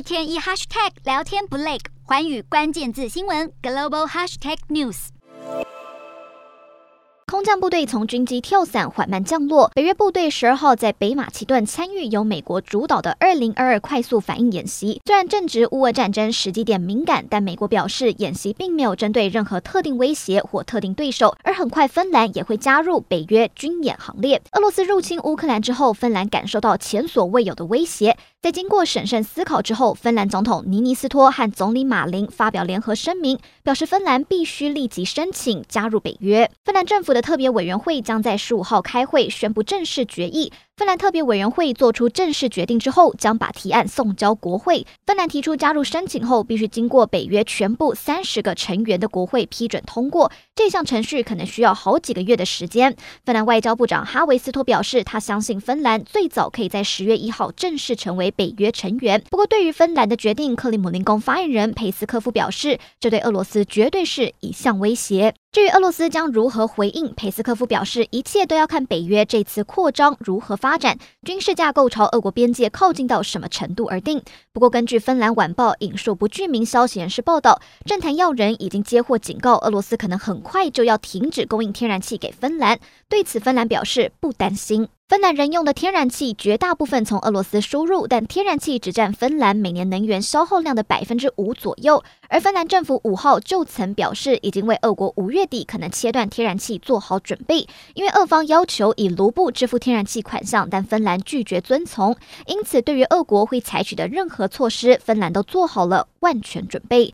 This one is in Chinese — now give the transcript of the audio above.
天一 hashtag 聊天不累，寰宇关键字新闻 global hashtag news。 空降部队从军机跳伞缓慢降落，北约部队12号在北马其顿参与由美国主导的2022快速反应演习。虽然正值乌俄战争时机点敏感，但美国表示演习并没有针对任何特定威胁或特定对手，而很快芬兰也会加入北约军演行列。俄罗斯入侵乌克兰之后，芬兰感受到前所未有的威胁。在经过审慎思考之后，芬兰总统尼尼斯托和总理马林发表联合声明，表示芬兰必须立即申请加入北约。芬兰政府的特别委员会将在15号开会宣布正式决议。芬兰特别委员会做出正式决定之后，将把提案送交国会。芬兰提出加入申请后，必须经过北约全部30个成员的国会批准通过。这项程序可能需要好几个月的时间。芬兰外交部长哈维斯托表示，他相信芬兰最早可以在10月1号正式成为北约成员。不过，对于芬兰的决定，克里姆林宫发言人佩斯科夫表示，这对俄罗斯绝对是一项威胁。至于俄罗斯将如何回应，佩斯科夫表示，一切都要看北约这次扩张如何发展，军事架构朝俄国边界靠近到什么程度而定。不过，根据芬兰晚报引述不具名消息人士报道，政坛要人已经接获警告，俄罗斯可能很快就要停止供应天然气给芬兰。对此，芬兰表示不担心。芬兰人用的天然气绝大部分从俄罗斯输入，但天然气只占芬兰每年能源消耗量的5%左右。而芬兰政府5号就曾表示，已经为俄国5月底可能切断天然气做好准备，因为俄方要求以卢布支付天然气款项，但芬兰拒绝遵从，因此对于俄国会采取的任何措施，芬兰都做好了万全准备。